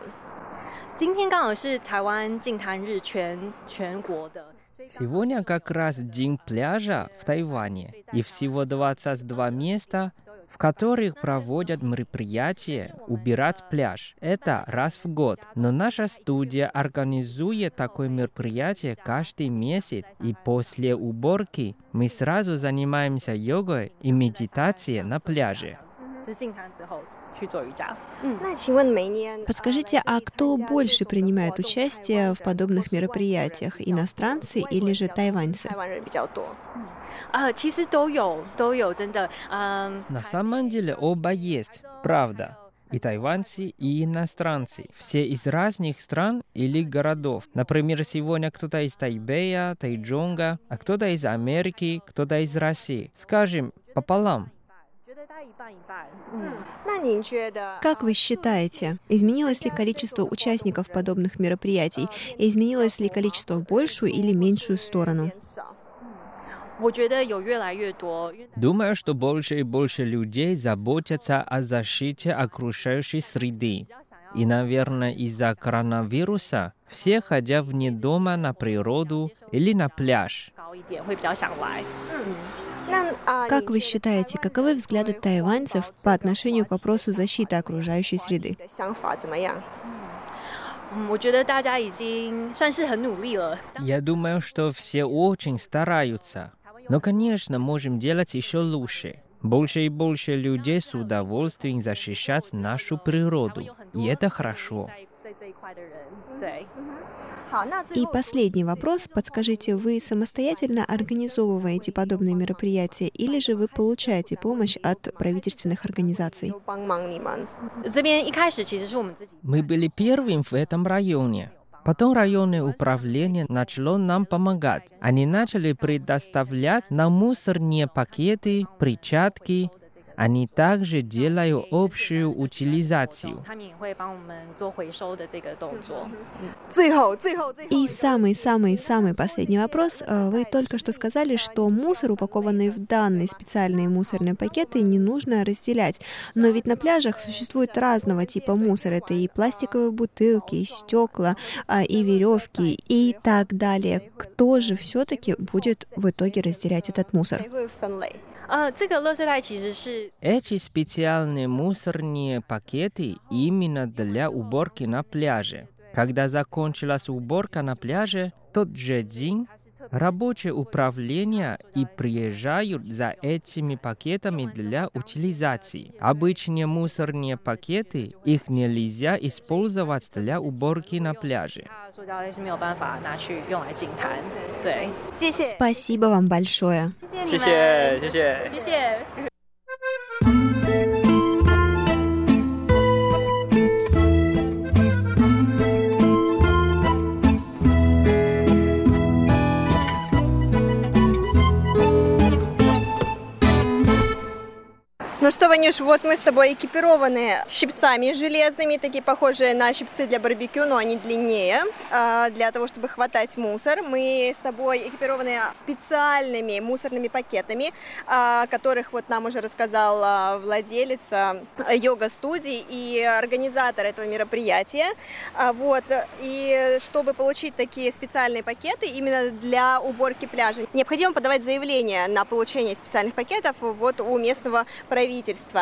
Сегодня как раз день пляжа в Тайване, и всего двадцать два места, в которых проводят мероприятия «Убирать пляж». Это раз в год. Но наша студия организует такое мероприятие каждый месяц, и после уборки мы сразу занимаемся йогой и медитацией на пляже. Подскажите, а кто больше принимает участие в подобных мероприятиях, иностранцы или же тайваньцы? На самом деле оба есть, правда. И тайваньцы, и иностранцы. Все из разных стран или городов. Например, сегодня кто-то из Тайбэя, Тайчжунга, а кто-то из Америки, кто-то из России. Скажем, пополам. Как вы считаете, изменилось ли количество участников подобных мероприятий? И изменилось ли количество в большую или меньшую сторону? Думаю, что больше и больше людей заботятся о защите окружающей среды. И, наверное, из-за коронавируса все хотят вне дома на природу или на пляж. Как вы считаете, каковы взгляды тайваньцев по отношению к вопросу защиты окружающей среды? Я думаю, что все очень стараются. Но, конечно, можем делать еще лучше. Больше и больше людей с удовольствием защищать нашу природу. И это хорошо. И последний вопрос. Подскажите, вы самостоятельно организовываете подобные мероприятия или же вы получаете помощь от правительственных организаций? Мы были первыми в этом районе. Потом районное управление начало нам помогать. Они начали предоставлять нам мусорные пакеты, перчатки. Они также делают общую утилизацию. И самый-самый-самый последний вопрос. Вы только что сказали, что мусор, упакованный в данные специальные мусорные пакеты, не нужно разделять. Но ведь на пляжах существует разного типа мусор. Это и пластиковые бутылки, и стекла, и веревки, и так далее. Кто же все-таки будет в итоге разделять этот мусор? Эти специальные мусорные пакеты именно для уборки на пляже. Когда закончилась уборка на пляже, тот же день рабочие управления и приезжают за этими пакетами для утилизации. Обычные мусорные пакеты, их нельзя использовать для уборки на пляже. Спасибо вам большое. Ну что, Ванюш, вот мы с тобой экипированы щипцами железными, такие похожие на щипцы для барбекю, но они длиннее, для того, чтобы хватать мусор. Мы с тобой экипированы специальными мусорными пакетами, о которых вот нам уже рассказал владелец йога-студии и организатор этого мероприятия. Вот. И чтобы получить такие специальные пакеты именно для уборки пляжа, необходимо подавать заявление на получение специальных пакетов вот у местного правительства.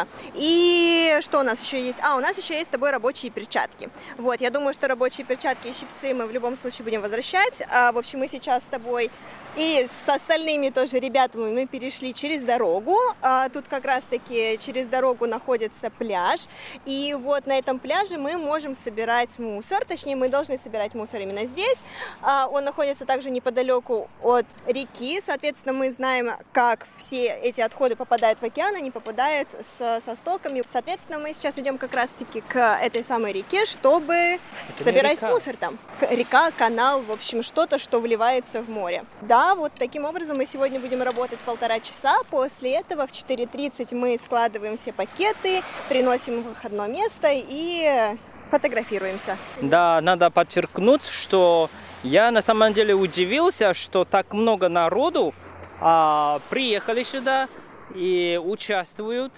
И что у нас еще есть? А, у нас еще есть с тобой рабочие перчатки. Вот, я думаю, что рабочие перчатки и щипцы мы в любом случае будем возвращать. А, в общем, мы сейчас с тобой и с остальными тоже ребятами мы перешли через дорогу. А, тут как раз-таки через дорогу находится пляж. И вот на этом пляже мы можем собирать мусор. Точнее, мы должны собирать мусор именно здесь. А, он находится также неподалеку от реки. Соответственно, мы знаем, как все эти отходы попадают в океан, они попадают С, со стоками. Соответственно, мы сейчас идем как раз-таки к этой самой реке, чтобы Это собирать мусор там. Река, канал, в общем, что-то, что вливается в море. Да, вот таким образом мы сегодня будем работать полтора часа. После этого в четыре тридцать мы складываем все пакеты, приносим их в одно место и фотографируемся. Да, надо подчеркнуть, что я на самом деле удивился, что так много народу а, приехали сюда и участвуют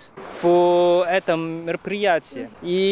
в этом мероприятии.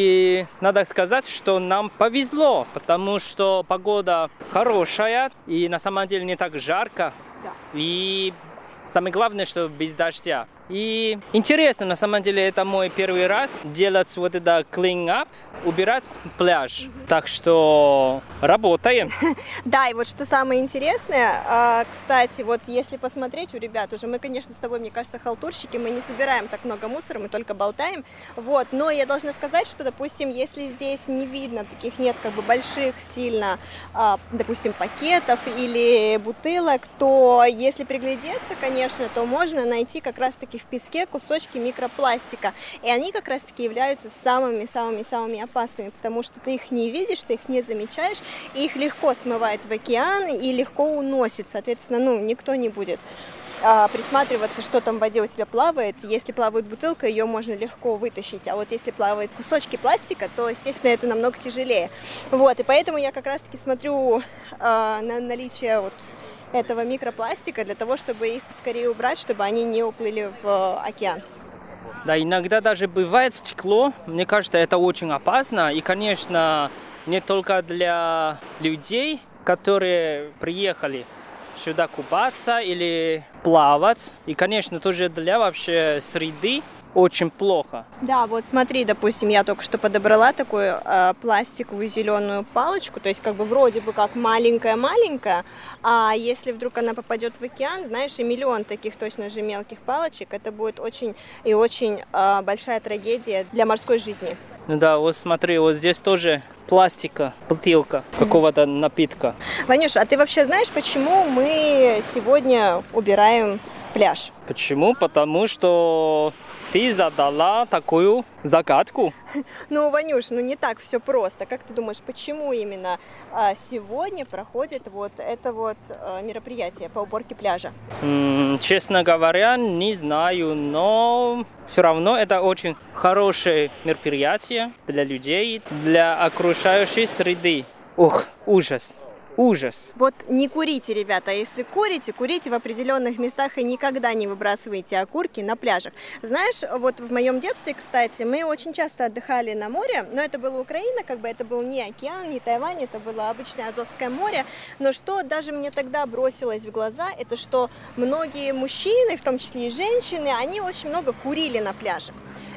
И надо сказать, что нам повезло, потому что погода хорошая и на самом деле не так жарко. Да. И самое главное, что без дождя. И интересно, на самом деле, это мой первый раз делать вот это clean up, убирать пляж. Mm-hmm. Так что работаем. Да, и вот что самое интересное, кстати, вот если посмотреть у ребят уже, мы, конечно, с тобой, мне кажется, халтурщики, мы не собираем так много мусора, мы только болтаем. Вот, но я должна сказать, что, допустим, если здесь не видно, таких нет как бы больших сильно, допустим, пакетов или бутылок, то если приглядеться, конечно, то можно найти как раз-таки в песке кусочки микропластика. И они как раз-таки являются самыми-самыми-самыми опасными, потому что ты их не видишь, ты их не замечаешь, и их легко смывает в океан и легко уносит. Соответственно, ну, никто не будет а, присматриваться, что там в воде у тебя плавает. Если плавает бутылка, ее можно легко вытащить. А вот если плавают кусочки пластика, то, естественно, это намного тяжелее. Вот, и поэтому я как раз-таки смотрю а, на наличие вот этого микропластика для того, чтобы их скорее убрать, чтобы они не уплыли в океан. Да, иногда даже бывает стекло. Мне кажется, это очень опасно. И, конечно, не только для людей, которые приехали сюда купаться или плавать. И, конечно, тоже для вообще среды. Очень плохо. Да, вот смотри, допустим, я только что подобрала такую э, пластиковую зеленую палочку, то есть как бы вроде бы как маленькая-маленькая, а если вдруг она попадет в океан, знаешь, и миллион таких точно же мелких палочек, это будет очень и очень э, большая трагедия для морской жизни. Ну да, вот смотри, вот здесь тоже пластика, бутылка какого-то напитка. Ванюша, а ты вообще знаешь, почему мы сегодня убираем пляж? Почему? Потому что ты задала такую загадку. Ну, Ванюш, ну не так все просто. Как ты думаешь, почему именно а, сегодня проходит вот это вот а, мероприятие по уборке пляжа? М-м, честно говоря, не знаю, но все равно это очень хорошее мероприятие для людей, для окружающей среды. Ух, ужас. Ужас. Вот не курите, ребята. Если курите, курите в определенных местах и никогда не выбрасывайте окурки на пляжах. Знаешь, вот в моем детстве, кстати, мы очень часто отдыхали на море, но это была Украина, как бы это был не океан, не Тайвань, это было обычное Азовское море. Но что даже мне тогда бросилось в глаза, это что многие мужчины, в том числе и женщины, они очень много курили на пляже.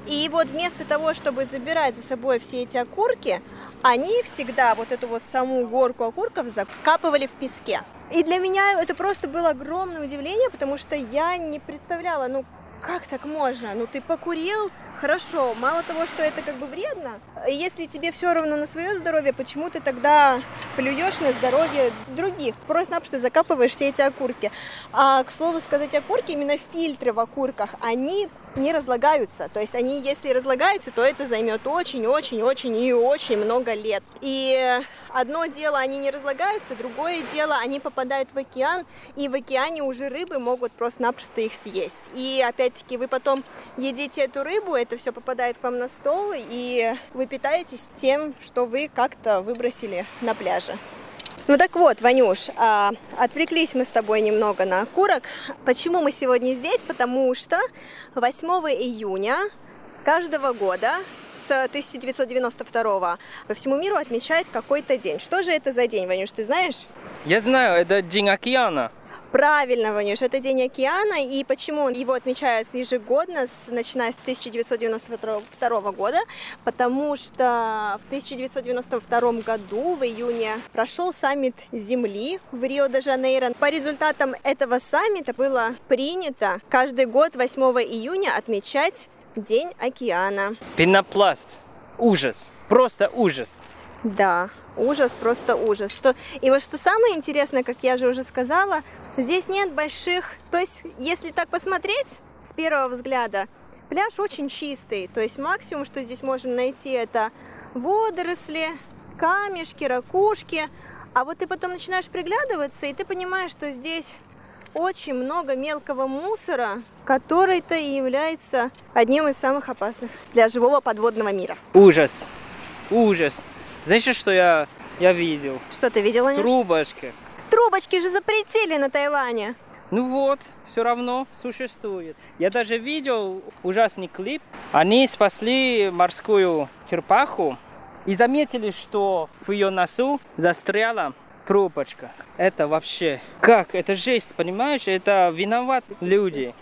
И вот вместо того, чтобы забирать за собой все эти окурки, они всегда вот эту вот саму горку окурков закапывали в песке. И для меня это просто было огромное удивление, потому что я не представляла, ну как так можно? Ну ты покурил, хорошо, мало того, что это как бы вредно, если тебе все равно на свое здоровье, почему ты тогда плюешь на здоровье других? Просто-напросто закапываешь все эти окурки. А, к слову сказать, окурки, именно фильтры в окурках, они не разлагаются. То есть они, если разлагаются, то это займет очень-очень-очень и очень много лет. И одно дело, они не разлагаются, другое дело, они попадают в океан, и в океане уже рыбы могут просто-напросто их съесть. И опять-таки вы потом едите эту рыбу, это все попадает к вам на стол, и вы питаетесь тем, что вы как-то выбросили на пляже. Ну так вот, Ванюш, а, отвлеклись мы с тобой немного на окурок. Почему мы сегодня здесь? Потому что восьмого июня каждого года с тысяча девятьсот девяносто второго по всему миру отмечают какой-то день. Что же это за день, Ванюш, ты знаешь? Я знаю, это День океана. Правильно, Ванюш, это День океана, и почему его отмечают ежегодно, с, начиная с тысяча девятьсот девяносто второго года, потому что в тысяча девятьсот девяносто втором году, в июне, прошел саммит Земли в Рио-де-Жанейро. По результатам этого саммита было принято каждый год восьмого июня отмечать День океана. Пенопласт. Ужас. Просто ужас. Да. Ужас, просто ужас. Что... И вот что самое интересное, как я же уже сказала, здесь нет больших... То есть, если так посмотреть с первого взгляда, пляж очень чистый. То есть максимум, что здесь можно найти, это водоросли, камешки, ракушки. А вот ты потом начинаешь приглядываться, и ты понимаешь, что здесь очень много мелкого мусора, который-то и является одним из самых опасных для живого подводного мира. Ужас. Ужас. Знаешь, что я, я видел? Что ты видел, Анюш? Трубочки. Трубочки же запретили на Тайване. Ну вот, все равно существует. Я даже видел ужасный клип. Они спасли морскую черепаху и заметили, что в ее носу застряла трубочка. Это вообще... Как? Это жесть, понимаешь? Это виноваты люди.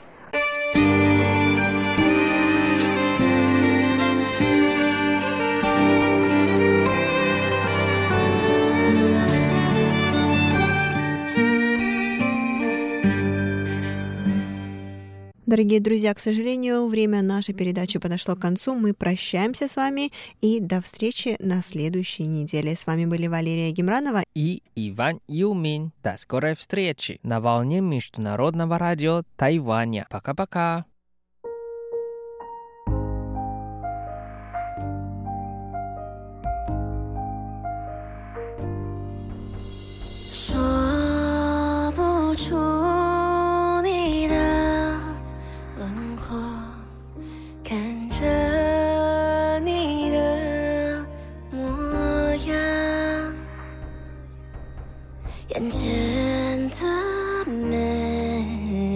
Дорогие друзья, к сожалению, время нашей передачи подошло к концу. Мы прощаемся с вами и до встречи на следующей неделе. С вами были Валерия Гемранова и Иван Юмин. До скорой встречи на волне Международного радио Тайваня. Пока-пока.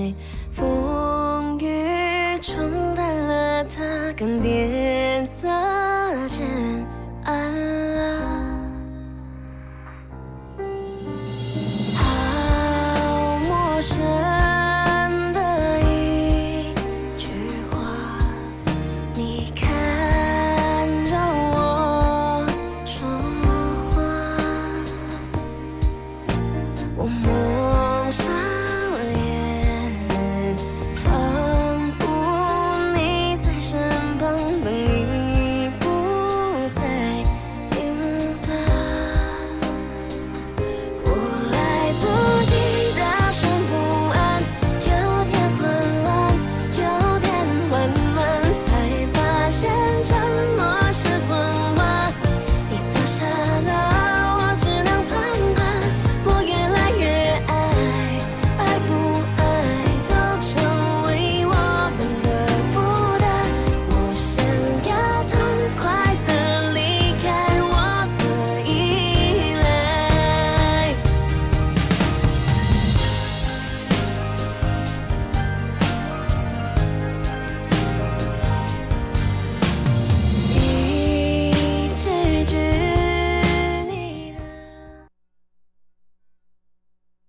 跟脸色